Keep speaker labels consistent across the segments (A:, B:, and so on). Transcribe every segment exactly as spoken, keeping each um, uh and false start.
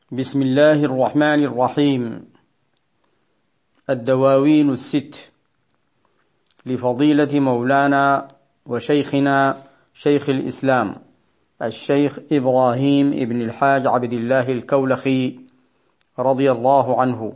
A: بسم الله الرحمن الرحيم. الدواوين الست لفضيلة مولانا وشيخنا شيخ الإسلام الشيخ إبراهيم ابن الحاج عبد الله الكولخي رضي الله عنه.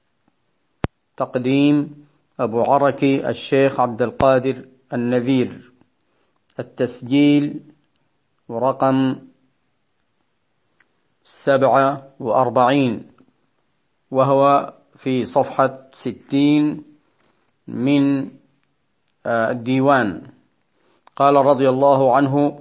A: تقديم أبو عركي الشيخ عبد القادر النذير. التسجيل رقم سبعة وأربعين، وهو في صفحة ستين من الديوان. قال رضي الله عنه: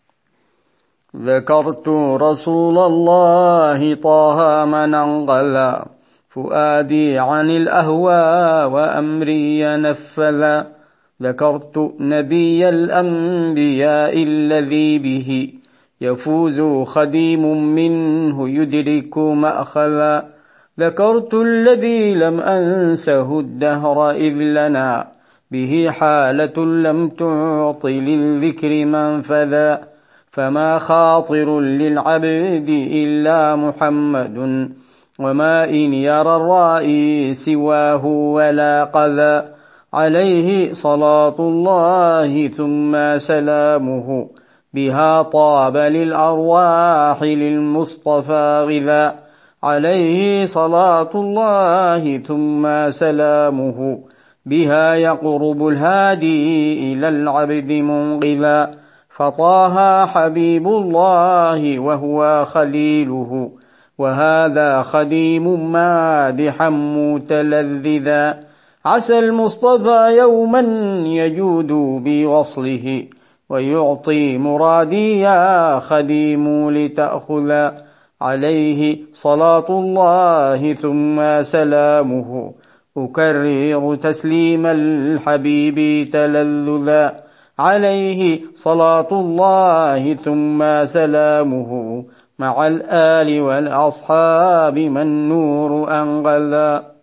A: ذكرت رسول الله طه من انقذ فؤادي عن الأهواء وأمري نفذ. ذكرت نبي الأنبياء الذي به يفوز خديم منه يدرك مأخذا. ذكرت الذي لم أنسه الدهر إذ لنا به حالة لم تعط للذكر منفذا. فما خاطر للعبد إلا محمد وما إن يرى الرائي سواه ولا قذا. عليه صلاة الله ثم سلامه بها طاب للأرواح للمصطفى غذا. عليه صلاة الله ثم سلامه بها يقرب الهادي إلى العبد منقذا. فطه حبيب الله وهو خليله وهذا خديم مادحا متلذذا. عسى المصطفى يوما يجود بوصله ويعطي مرادي يا خديم لتأخذا. عليه صلاة الله ثم سلامه أكرر تسليم الحبيب تلذذا. عليه صلاة الله ثم سلامه مع الآل والأصحاب من نور أنقذا.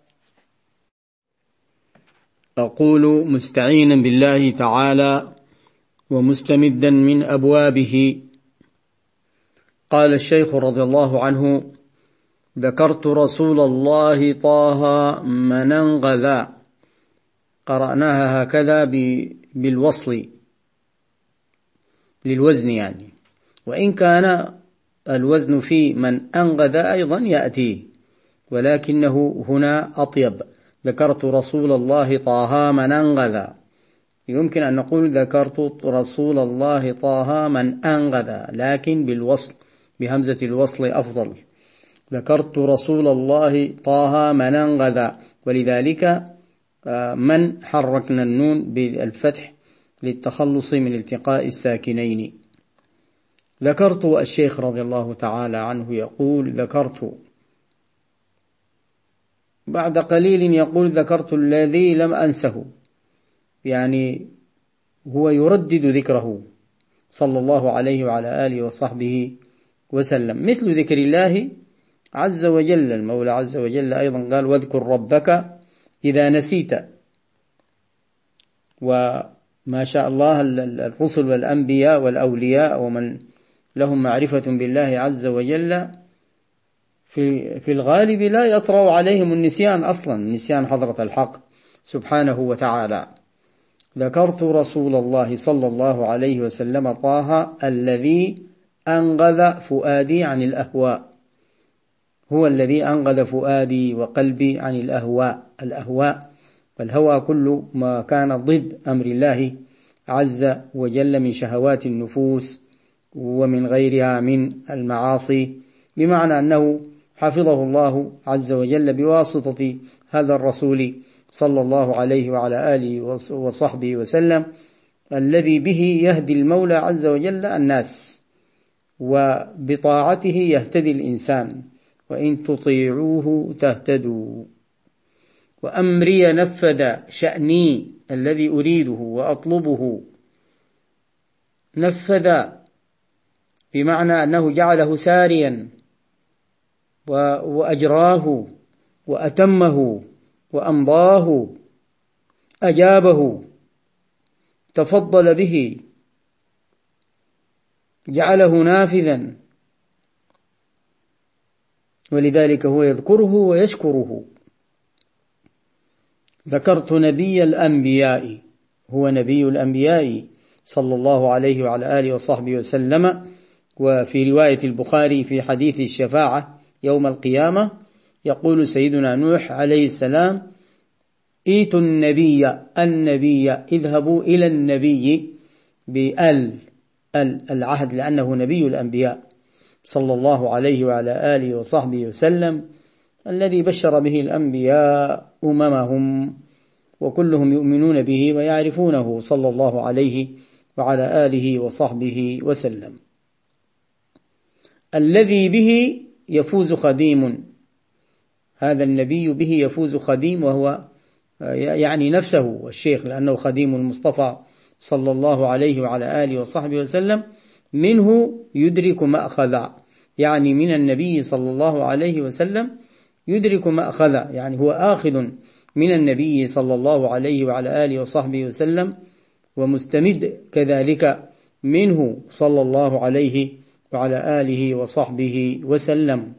A: أقول مستعينا بالله تعالى ومستمدا من أبوابه. قال الشيخ رضي الله عنه: ذكرت رسول الله طه من انقذا. قرأناها هكذا بالوصل للوزن يعني، وإن كان الوزن في من أنقذ أيضا يأتي، ولكنه هنا أطيب. ذكرت رسول الله طه من انقذ. يمكن أن نقول ذكرت رسول الله طه من أنقذ، لكن بالوصل بهمزة الوصل أفضل. ذكرت رسول الله طه من انقذ، ولذلك من حركنا النون بالفتح للتخلص من التقاء الساكنين. ذكرت الشيخ رضي الله تعالى عنه يقول: ذكرت، بعد قليل يقول: ذكرت الذي لم أنسه، يعني هو يردد ذكره صلى الله عليه وعلى آله وصحبه وسلم، مثل ذكر الله عز وجل. المولى عز وجل أيضا قال: واذكر ربك إذا نسيت. وما شاء الله الرسل والأنبياء والأولياء ومن لهم معرفة بالله عز وجل في, في الغالب لا يطرأ عليهم النسيان أصلا، نسيان حضرة الحق سبحانه وتعالى. ذكرت رسول الله صلى الله عليه وسلم طه الذي أنقذ فؤادي عن الأهواء. هو الذي أنقذ فؤادي وقلبي عن الأهواء. الأهواء والهوى كل ما كان ضد أمر الله عز وجل من شهوات النفوس ومن غيرها من المعاصي، بمعنى أنه حفظه الله عز وجل بواسطة هذا الرسول صلى الله عليه وعلى آله وصحبه وسلم، الذي به يهدي المولى عز وجل الناس، وبطاعته يهتدي الإنسان، وإن تطيعوه تهتدوا. وأمري نفذ، شأني الذي أريده وأطلبه نفذ، بمعنى أنه جعله ساريا وأجراه وأتمه وأمضاه، أجابه، تفضل به، جعله نافذا. ولذلك هو يذكره ويشكره. ذكرت نبي الأنبياء، هو نبي الأنبياء صلى الله عليه وعلى آله وصحبه وسلم. وفي رواية البخاري في حديث الشفاعة يوم القيامة يقول سيدنا نوح عليه السلام: ائتوا النبي النبي اذهبوا إلى النبي بال العهد، لأنه نبي الأنبياء صلى الله عليه وعلى آله وصحبه وسلم، الذي بشر به الأنبياء أممهم وكلهم يؤمنون به ويعرفونه صلى الله عليه وعلى آله وصحبه وسلم، الذي به يفوز خديم. هذا النبي به يفوز خديم، وهو يعني نفسه الشيخ، لأنه خديم المصطفى صلى الله عليه وعلى آله وصحبه وسلم، منه يدرك مأخذ، يعني من النبي صلى الله عليه وسلم يدرك مأخذ، يعني هو آخذ من النبي صلى الله عليه وعلى آله وصحبه وسلم، ومستمد كذلك منه صلى الله عليه وعلى آله وصحبه وسلم.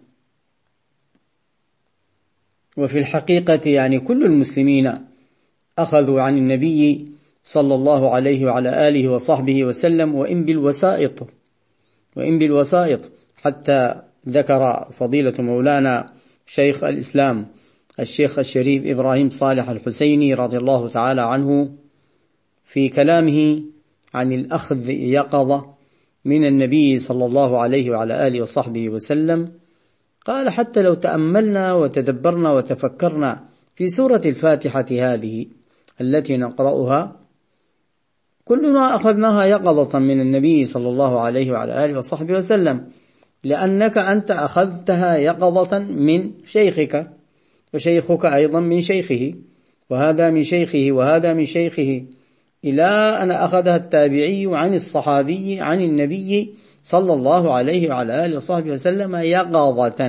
A: وفي الحقيقة يعني كل المسلمين أخذوا عن النبي صلى الله عليه وعلى آله وصحبه وسلم، وإن بالوسائط وإن بالوسائط حتى ذكر فضيلة مولانا شيخ الإسلام الشيخ الشريف إبراهيم صالح الحسيني رضي الله تعالى عنه في كلامه عن الأخذ يقظة من النبي صلى الله عليه وعلى آله وصحبه وسلم، قال: حتى لو تأملنا وتدبرنا وتفكرنا في سورة الفاتحة هذه التي نقرأها، كلنا أخذناها يقظة من النبي صلى الله عليه وعلى آله وصحبه وسلم، لأنك أنت أخذتها يقظة من شيخك، وشيخك أيضا من شيخه، وهذا من شيخه وهذا من شيخه، إلى أن أخذها التابعي عن الصحابي عن النبي صلى الله عليه وعلى آله وصحبه وسلم يقظة.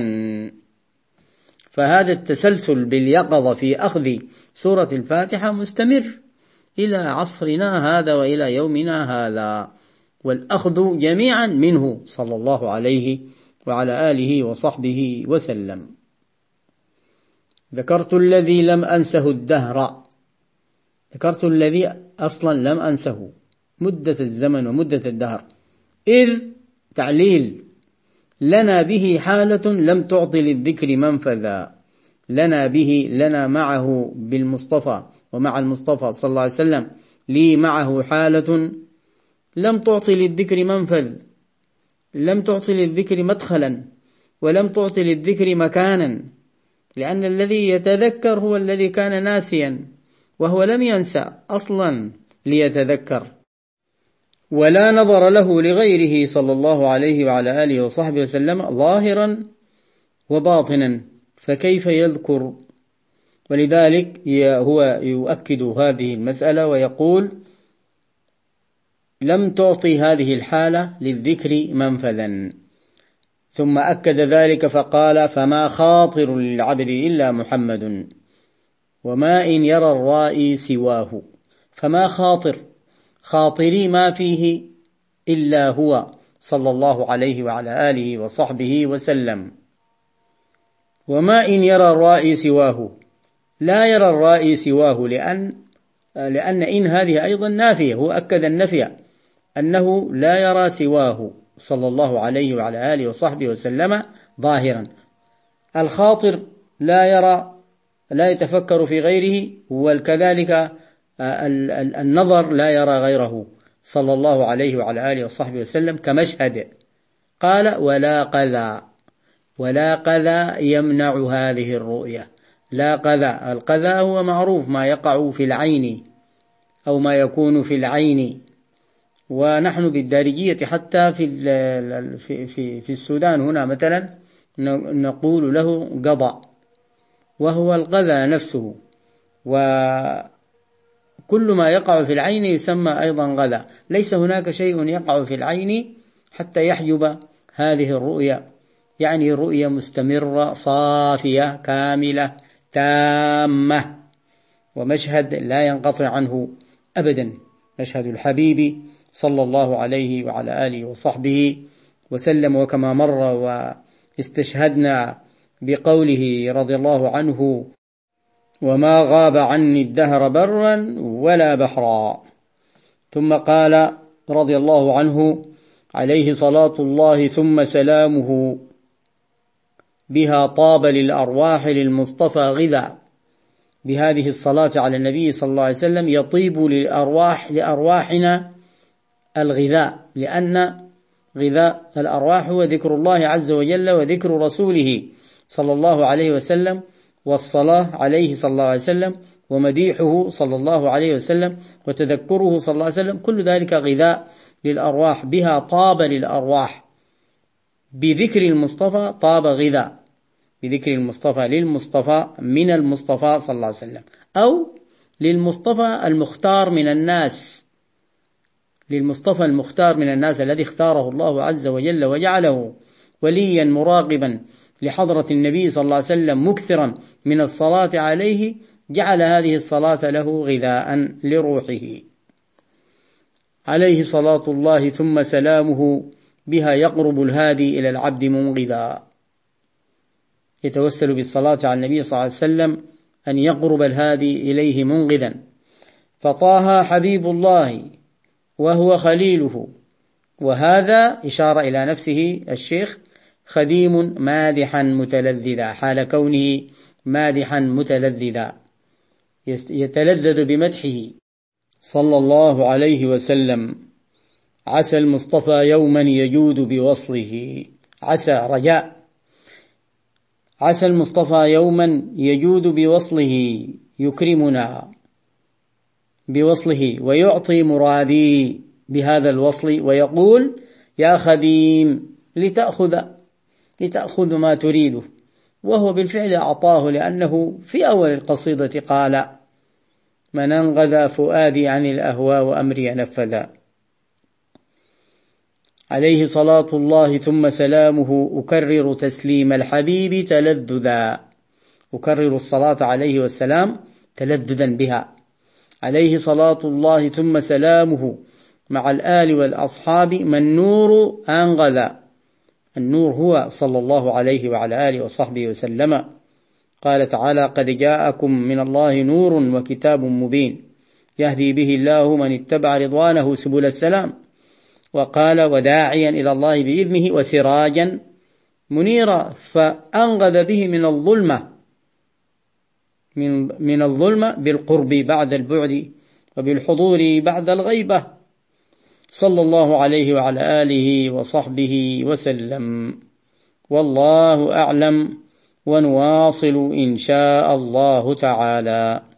A: فهذا التسلسل باليقظة في أخذ سورة الفاتحة مستمر إلى عصرنا هذا وإلى يومنا هذا، والأخذ جميعا منه صلى الله عليه وعلى آله وصحبه وسلم. ذكرت الذي لم أنسه الدهر، ذكرت الذي أصلا لم أنسه مدة الزمن ومدة الدهر، إذ تعليل لنا به حالة لم تعطي للذكر منفذا، لنا به لنا معه بالمصطفى ومع المصطفى صلى الله عليه وسلم، لي معه حالة لم تعطي للذكر منفذ، لم تعطي للذكر مدخلا، ولم تعطي للذكر مكانا، لأن الذي يتذكر هو الذي كان ناسيا، وهو لم ينسى أصلا ليتذكر، ولا نظر له لغيره صلى الله عليه وعلى آله وصحبه وسلم ظاهرا وباطنا، فكيف يذكر؟ ولذلك هو يؤكد هذه المسألة ويقول: لم تعطي هذه الحالة للذكر منفذا. ثم أكد ذلك فقال: فما خاطر للعبد إلا محمد، وما إن يرى الرائي سواه. فما خاطر، خاطري ما فيه إلا هو صلى الله عليه وعلى آله وصحبه وسلم. وما إن يرى الرائي سواه، لا يرى الرائي سواه، لأن لأن إن هذه أيضا نافية، هو أكد النفي أنه لا يرى سواه صلى الله عليه وعلى آله وصحبه وسلم ظاهرا. الخاطر لا يرى، لا يتفكر في غيره، وكذلك النظر لا يرى غيره صلى الله عليه وعلى آله وصحبه وسلم كمشهد. قال: ولا قذى، ولا قذى يمنع هذه الرؤية. لا قذى، القذى هو معروف ما يقع في العين أو ما يكون في العين، ونحن بالدارجية حتى في في في السودان هنا مثلا نقول له قضى، وهو القذى نفسه، وكل ما يقع في العين يسمى أيضا قذى. ليس هناك شيء يقع في العين حتى يحجب هذه الرؤية، يعني رؤية مستمرة صافية كاملة تامة، ومشهد لا ينقطع عنه أبدا، مشهد الحبيب صلى الله عليه وعلى آله وصحبه وسلم. وكما مر واستشهدنا بقوله رضي الله عنه: وما غاب عني الدهر برا ولا بحرا. ثم قال رضي الله عنه: عليه صلاة الله ثم سلامه بها طاب للأرواح للمصطفى غذا. بهذه الصلاة على النبي صلى الله عليه وسلم يطيب للأرواح لأرواحنا الغذاء، لأن غذاء الأرواح هو ذكر الله عز وجل وذكر رسوله صلى الله عليه وسلم، والصلاة عليه صلى الله عليه وسلم، ومديحه صلى الله عليه وسلم، وتذكره صلى الله عليه وسلم، كل ذلك غذاء للأرواح. بها طاب للأرواح، بذكر المصطفى طاب غذاء، بذكر المصطفى للمصطفى من المصطفى صلى الله عليه وسلم، أو للمصطفى المختار من الناس، للمصطفى المختار من الناس الذي اختاره الله عز وجل وجعله وليا مراقبا لحضرة النبي صلى الله عليه وسلم مكثرا من الصلاة عليه، جعل هذه الصلاة له غذاء لروحه. عليه صلاة الله ثم سلامه بها يقرب الهادي إلى العبد منغذا. يتوسل بالصلاة على النبي صلى الله عليه وسلم أن يقرب الهادي إليه منغذا. فطه حبيب الله وهو خليله، وهذا إشارة إلى نفسه الشيخ خديم مادحا متلذذا، حال كونه مادحا متلذذا يتلذذ بمدحه صلى الله عليه وسلم. عسى المصطفى يوما يجود بوصله، عسى رجاء، عسى المصطفى يوما يجود بوصله، يكرمنا بوصله ويعطي مرادي بهذا الوصل، ويقول: يا خديم لتأخذ لتأخذ ما تريده. وهو بالفعل أعطاه، لأنه في أول القصيدة قال: من انغذى فؤادي عن الأهواء وأمري نفذا. عليه صلاة الله ثم سلامه أكرر تسليم الحبيب تلذذا، أكرر الصلاة عليه والسلام تلذذا بها. عليه صلاة الله ثم سلامه مع الآل والأصحاب من نور أنغذا. النور هو صلى الله عليه وعلى آله وصحبه وسلم. قال تعالى: قد جاءكم من الله نور وكتاب مبين يهدي به الله من اتبع رضوانه سبل السلام. وقال: وداعيا إلى الله بإذنه وسراجا منيرا، فأنغذ به من الظلمة من, من الظلمة بالقرب بعد البعد وبالحضور بعد الغيبة، صلى الله عليه وعلى آله وصحبه وسلم. والله أعلم، ونواصل إن شاء الله تعالى.